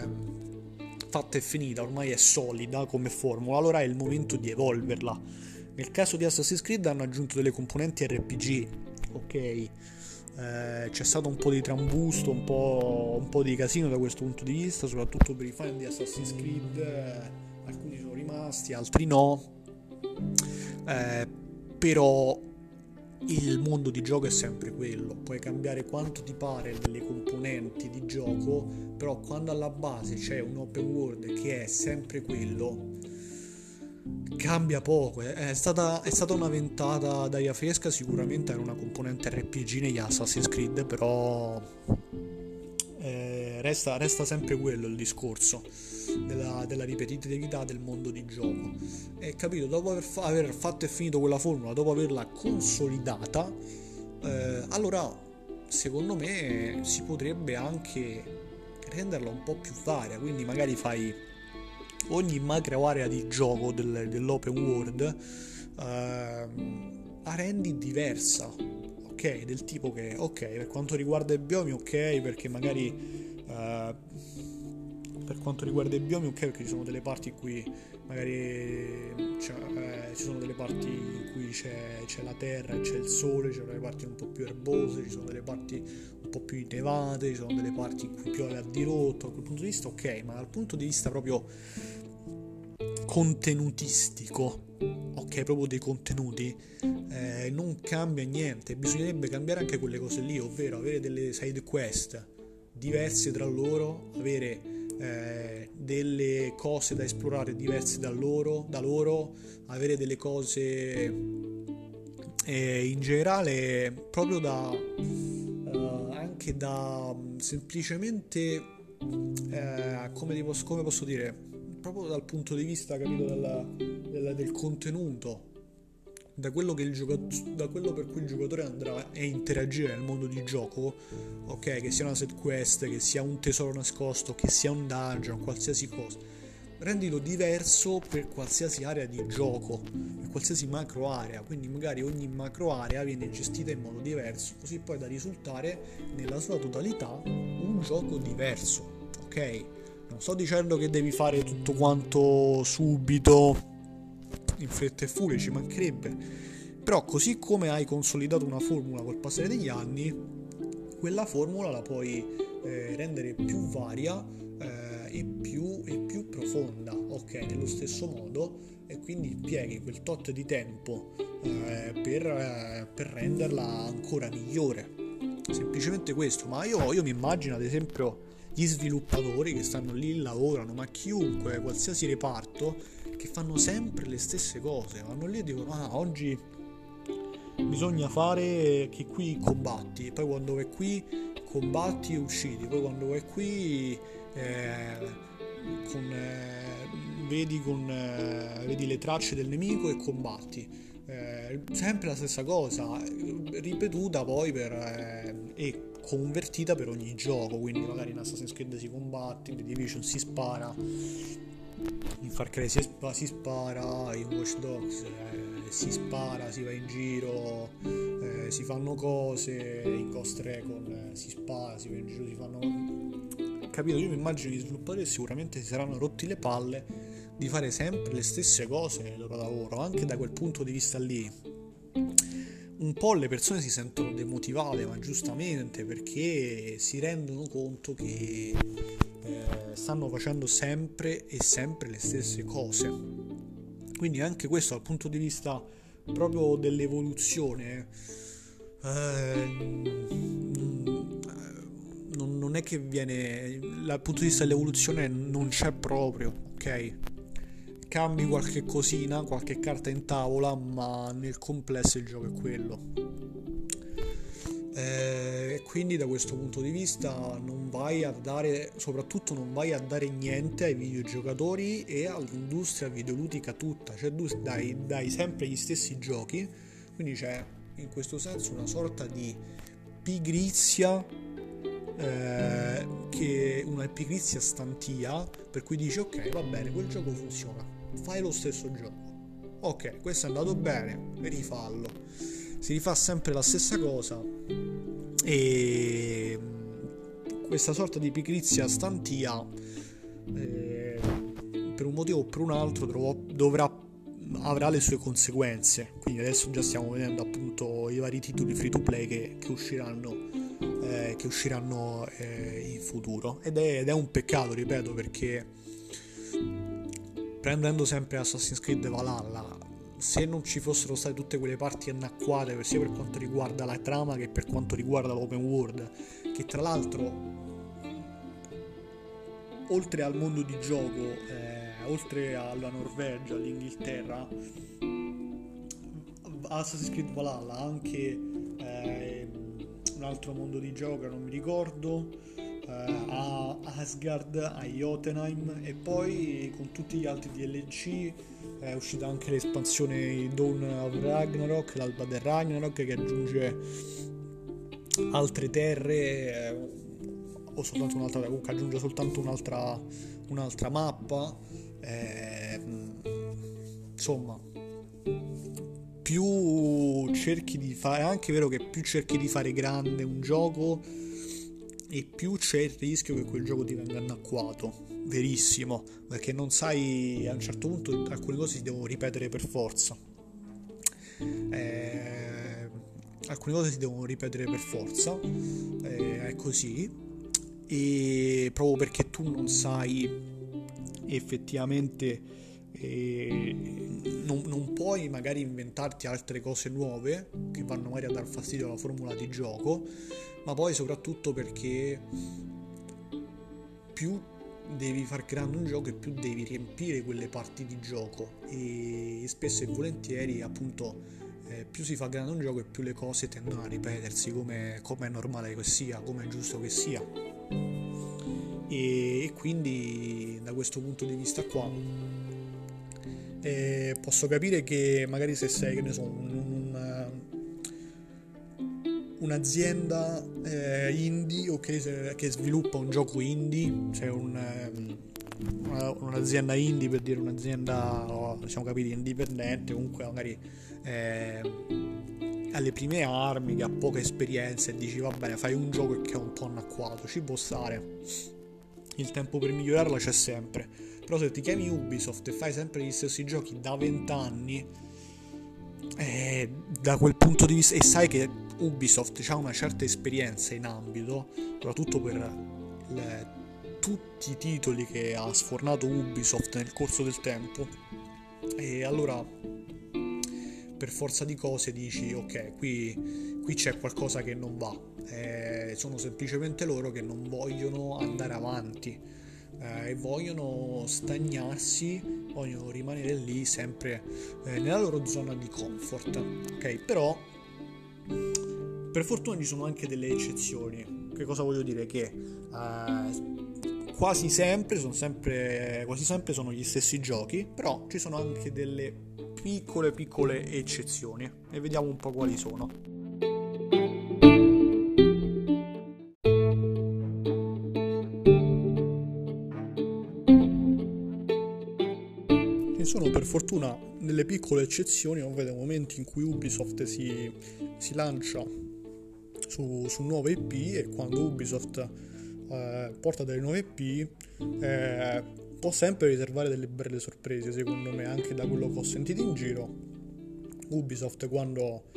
fatta e finita, ormai è solida come formula, allora è il momento di evolverla, Nel caso di Assassin's Creed hanno aggiunto delle componenti RPG, ok? C'è stato un po' di trambusto, un po' di casino da questo punto di vista, soprattutto per i fan di Assassin's Creed, alcuni sono rimasti, altri no, però il mondo di gioco è sempre quello, puoi cambiare quanto ti pare delle componenti di gioco, però quando alla base c'è un open world che è sempre quello, cambia poco. È stata una ventata d'aria fresca, sicuramente era una componente RPG negli Assassin's Creed, però resta sempre quello il discorso della ripetitività del mondo di gioco. E capito, dopo aver fatto e finito quella formula, dopo averla consolidata, allora secondo me si potrebbe anche renderla un po' più varia, quindi magari fai ogni macro area di gioco dell'open world, la rendi diversa, ok? Del tipo che, ok, per quanto riguarda i biomi, ok, perché magari per quanto riguarda i biomi, ok, perché ci sono delle parti in cui magari ci sono delle parti in cui c'è la terra, c'è il sole, ci sono delle parti un po' più erbose, ci sono delle parti un po' più innevate, ci sono delle parti in cui piove a dirotto. Da quel punto di vista ok, ma dal punto di vista proprio contenutistico, ok, proprio dei contenuti, non cambia niente. Bisognerebbe cambiare anche quelle cose lì, ovvero avere delle side quest diverse tra loro, avere delle cose da esplorare diverse da loro, avere delle cose in generale proprio da anche da semplicemente come posso dire, proprio dal punto di vista, capito, del contenuto, da quello da quello per cui il giocatore andrà a interagire nel mondo di gioco, ok, che sia una set quest, che sia un tesoro nascosto, che sia un dungeon, qualsiasi cosa, rendilo diverso per qualsiasi area di gioco, per qualsiasi macro area, quindi magari ogni macro area viene gestita in modo diverso, così poi da risultare nella sua totalità un gioco diverso, ok? Non sto dicendo che devi fare tutto quanto subito in fretta e furia, ci mancherebbe, però così come hai consolidato una formula col passare degli anni, quella formula la puoi rendere più varia e più profonda, ok, nello stesso modo, e quindi impieghi quel tot di tempo per renderla ancora migliore, semplicemente questo. Ma io mi immagino ad esempio gli sviluppatori che stanno lì, lavorano, ma chiunque, qualsiasi reparto, che fanno sempre le stesse cose, vanno lì e dicono oggi bisogna fare che qui combatti, poi quando vai qui combatti e uccidi, poi quando vai qui vedi le tracce del nemico e combatti, sempre la stessa cosa, ripetuta poi e convertita per ogni gioco. Quindi magari in Assassin's Creed si combatte, in The Division si spara, in Far Cry si spara, in Watch Dogs si spara, si va in giro, si fanno cose, in Ghost Recon si spara, si va in giro, si fanno, capito? Io mi immagino gli sviluppatori sicuramente si saranno rotti le palle di fare sempre le stesse cose nel loro lavoro. Anche da quel punto di vista lì un po' le persone si sentono demotivate, ma giustamente, perché si rendono conto che stanno facendo sempre le stesse cose. Quindi anche questo dal punto di vista proprio dell'evoluzione non è che viene, dal punto di vista dell'evoluzione non c'è proprio, ok? Cambi qualche cosina, qualche carta in tavola, ma nel complesso il gioco è quello. Quindi da questo punto di vista non vai a dare niente ai videogiocatori e all'industria videoludica tutta, cioè dai sempre gli stessi giochi, quindi c'è in questo senso una sorta di pigrizia, una pigrizia stantia, per cui dici ok, va bene, quel gioco funziona, fai lo stesso gioco, ok, questo è andato bene, rifallo, si rifà sempre la stessa cosa, e questa sorta di pigrizia stantia per un motivo o per un altro dovrà avrà le sue conseguenze. Quindi adesso già stiamo vedendo appunto i vari titoli free to play che usciranno in futuro, ed è un peccato, ripeto, perché prendendo sempre Assassin's Creed Valhalla, se non ci fossero state tutte quelle parti annacquate sia per quanto riguarda la trama che per quanto riguarda l'open world, che tra l'altro oltre al mondo di gioco, oltre alla Norvegia, all'Inghilterra, Assassin's Creed Valhalla ha anche un altro mondo di gioco che non mi ricordo, a Asgard, a Jotunheim, e poi con tutti gli altri DLC è uscita anche l'espansione Dawn of Ragnarok, l'alba del Ragnarok, che aggiunge altre terre, o soltanto un'altra, comunque aggiunge soltanto un'altra mappa, insomma, più cerchi di fare, è anche vero che più cerchi di fare grande un gioco e più c'è il rischio che quel gioco divenga annacquato, verissimo, perché non sai, a un certo punto alcune cose si devono ripetere per forza, è così, e proprio perché tu non sai effettivamente, non puoi magari inventarti altre cose nuove che vanno magari a dar fastidio alla formula di gioco, ma poi soprattutto perché più devi far grande un gioco e più devi riempire quelle parti di gioco, e spesso e volentieri appunto più si fa grande un gioco e più le cose tendono a ripetersi, come è normale che sia, come è giusto che sia, e quindi da questo punto di vista qua posso capire che magari se sei, che ne so, un'azienda indie, ok, che sviluppa un gioco indie, cioè un'azienda indie, per dire un'azienda, siamo capiti, indipendente, comunque magari alle prime armi, che ha poca esperienza, e dici va bene, fai un gioco che è un po' annacquato, ci può stare, il tempo per migliorarla c'è sempre. Però se ti chiami Ubisoft e fai sempre gli stessi giochi da 20 anni, da quel punto di vista, e sai che Ubisoft ha una certa esperienza in ambito, soprattutto per tutti i titoli che ha sfornato Ubisoft nel corso del tempo, e allora per forza di cose dici ok, qui c'è qualcosa che non va, sono semplicemente loro che non vogliono andare avanti, e vogliono stagnarsi, vogliono rimanere lì sempre nella loro zona di comfort, ok? Però per fortuna ci sono anche delle eccezioni. Che cosa voglio dire? Che quasi sempre sono gli stessi giochi, però ci sono anche delle piccole eccezioni, e vediamo un po' quali sono. Sono per fortuna delle piccole eccezioni, ovvero momenti in cui Ubisoft si lancia su nuove IP, e quando Ubisoft porta delle nuove IP può sempre riservare delle belle sorprese, secondo me, anche da quello che ho sentito in giro. Ubisoft quando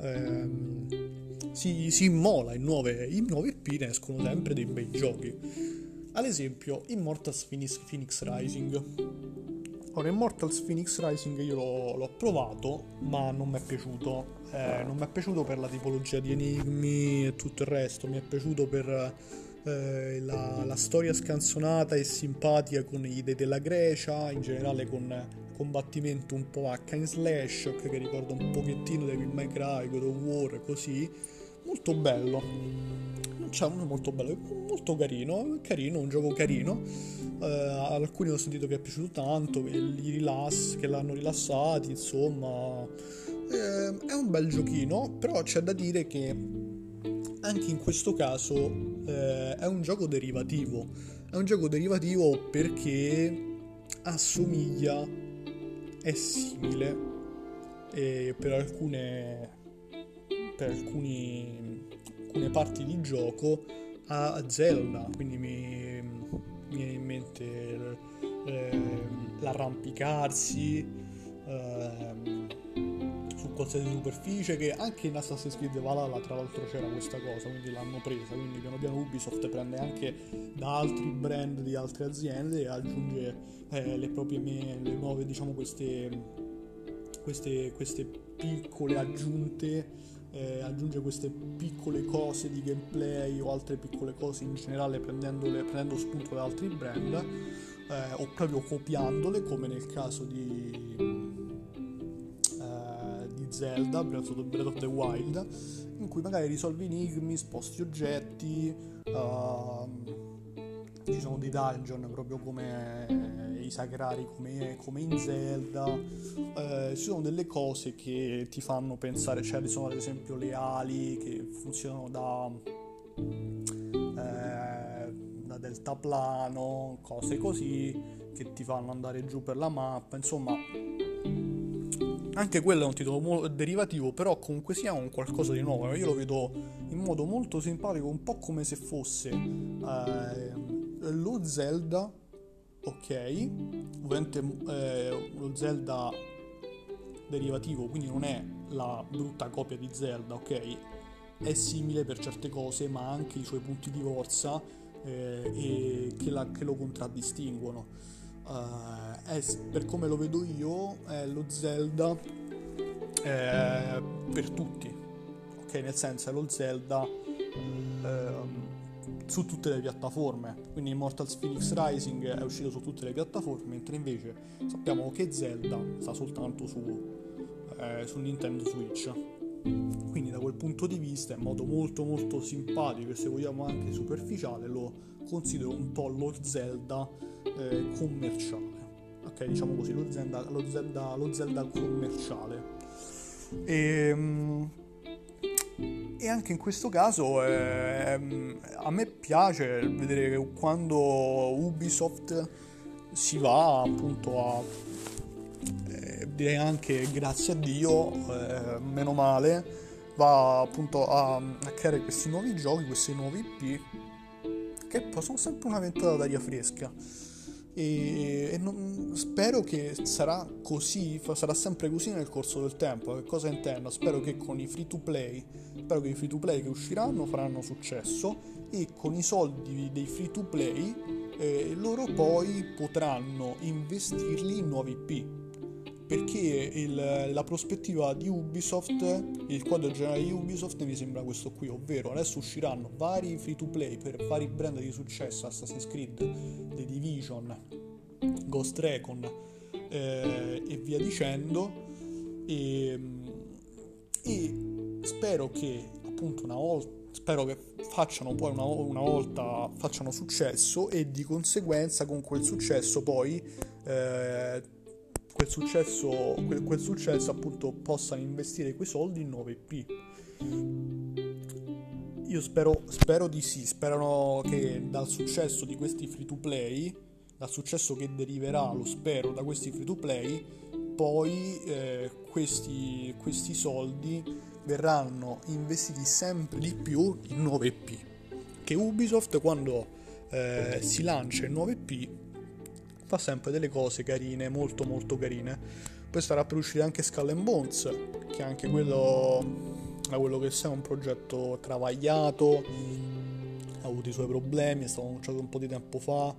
si immola in nuove IP ne escono sempre dei bei giochi. Ad esempio Immortals Phoenix Rising. Ora, Immortals Phoenix Rising io l'ho provato, ma non mi è piaciuto. Non mi è piaciuto per la tipologia di enigmi e tutto il resto. Mi è piaciuto per la storia scanzonata e simpatica con i dei della Grecia, in generale con combattimento un po' hack and slash, che ricorda un pochettino Devil May Cry, God of War, così. Molto bello. Cioè, molto bello, molto carino, un gioco carino. Alcuni ho sentito che è piaciuto tanto, che l'hanno rilassati, insomma. È un bel giochino, però c'è da dire che anche in questo caso è un gioco derivativo. È un gioco derivativo perché assomiglia, è simile per alcune parti di gioco a Zelda, quindi mi viene in mente l'arrampicarsi, su qualsiasi superficie, che anche in Assassin's Creed Valhalla tra l'altro c'era questa cosa, quindi l'hanno presa, quindi piano piano Ubisoft prende anche da altri brand di altre aziende e aggiunge le nuove, diciamo, queste piccole aggiunte, aggiunge queste piccole cose di gameplay o altre piccole cose in generale prendendo spunto da altri brand, o proprio copiandole, come nel caso di Zelda, Breath of the Wild, in cui magari risolvi enigmi, sposti oggetti, ci sono dei dungeon proprio come i sacrari, come in Zelda, ci sono delle cose che ti fanno pensare, cioè ci sono ad esempio le ali che funzionano da deltaplano, cose così che ti fanno andare giù per la mappa, insomma. Anche quello è un titolo derivativo, però comunque sia un qualcosa di nuovo. Io lo vedo in modo molto simpatico, un po' come se fosse lo Zelda, ok? Ovviamente lo Zelda derivativo, quindi non è la brutta copia di Zelda, ok? È simile per certe cose, ma ha anche i suoi punti di forza e che lo contraddistinguono. Per come lo vedo io, è lo Zelda per tutti, ok? Nel senso, è lo Zelda su tutte le piattaforme, quindi Immortals Phoenix Rising è uscito su tutte le piattaforme, mentre invece sappiamo che Zelda sta soltanto su Nintendo Switch. Quindi da quel punto di vista, in modo molto molto simpatico e se vogliamo anche superficiale, lo considero un po' lo Zelda commerciale, ok, diciamo così, lo Zelda commerciale. E anche in questo caso a me piace vedere che quando Ubisoft si va appunto a direi anche grazie a Dio, meno male, va appunto a creare questi nuovi giochi, questi nuovi IP che poi sono sempre una ventata d'aria fresca e spero che sarà così, sarà sempre così nel corso del tempo. Che cosa intendo? Spero che i free to play che usciranno faranno successo e con i soldi dei free to play loro poi potranno investirli in nuovi IP, perché la prospettiva di Ubisoft, il quadro generale di Ubisoft mi sembra questo qui, ovvero adesso usciranno vari free to play per vari brand di successo, Assassin's Creed, The Division, Ghost Recon e via dicendo, e spero che appunto facciano poi una volta facciano successo e di conseguenza con quel successo poi quel successo appunto possano investire quei soldi in nuove IP. Io spero di sì, spero che dal successo di questi free to play, dal successo che deriverà, lo spero, da questi free to play, poi questi soldi verranno investiti sempre di più in nuove IP, che Ubisoft quando si lancia in nuove IP fa sempre delle cose carine, molto molto carine. Poi starà per uscire anche Skull and Bones, che anche quello, da quello che sa, è un progetto travagliato, ha avuto i suoi problemi, è stato annunciato un po' di tempo fa.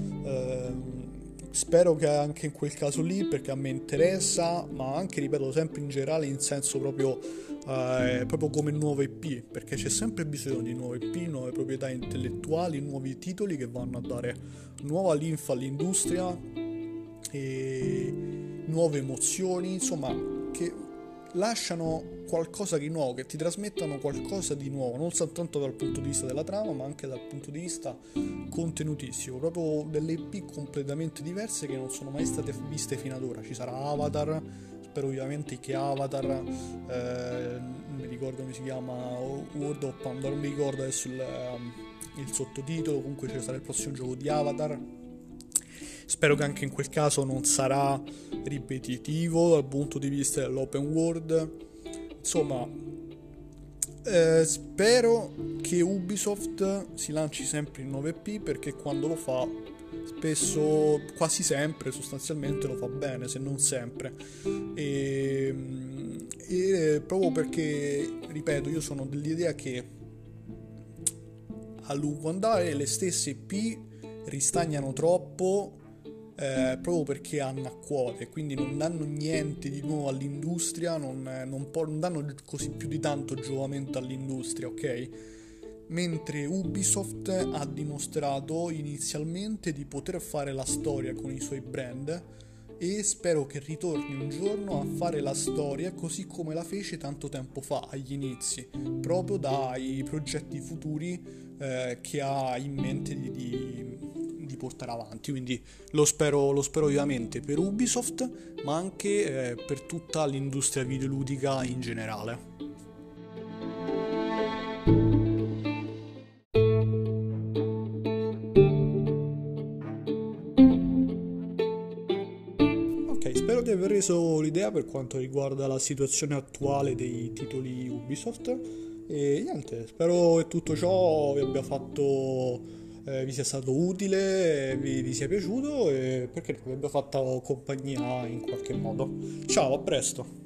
Spero che anche in quel caso lì, perché a me interessa, ma anche, ripeto, sempre in generale in senso proprio come nuove IP, perché c'è sempre bisogno di nuove IP, nuove proprietà intellettuali, nuovi titoli che vanno a dare nuova linfa all'industria e nuove emozioni, insomma, che lasciano qualcosa di nuovo, che ti trasmettano qualcosa di nuovo, non soltanto dal punto di vista della trama, ma anche dal punto di vista contenutistico, proprio delle IP completamente diverse che non sono mai state viste fino ad ora. Ci sarà Avatar, spero ovviamente che Avatar, non mi ricordo come si chiama, World of Pandora, non mi ricordo adesso il sottotitolo, comunque ci sarà il prossimo gioco di Avatar. Spero che anche in quel caso non sarà ripetitivo dal punto di vista dell'open world. Insomma, spero che Ubisoft si lanci sempre in nuove IP, perché quando lo fa spesso, quasi sempre sostanzialmente lo fa bene, se non sempre. E, e proprio perché, ripeto, io sono dell'idea che a lungo andare le stesse IP ristagnano troppo, proprio perché hanno a cuore, quindi non danno niente di nuovo all'industria, non danno così più di tanto giovamento all'industria, ok? Mentre Ubisoft ha dimostrato inizialmente di poter fare la storia con i suoi brand, e spero che ritorni un giorno a fare la storia così come la fece tanto tempo fa, agli inizi, proprio dai progetti futuri che ha in mente di portare avanti. Quindi lo spero vivamente per Ubisoft, ma anche per tutta l'industria videoludica in generale. Ok, spero di aver reso l'idea per quanto riguarda la situazione attuale dei titoli Ubisoft. E niente, spero che tutto ciò vi abbia fatto, vi sia stato utile, vi sia piaciuto e perché no, vi abbia fatto compagnia in qualche modo. Ciao, a presto!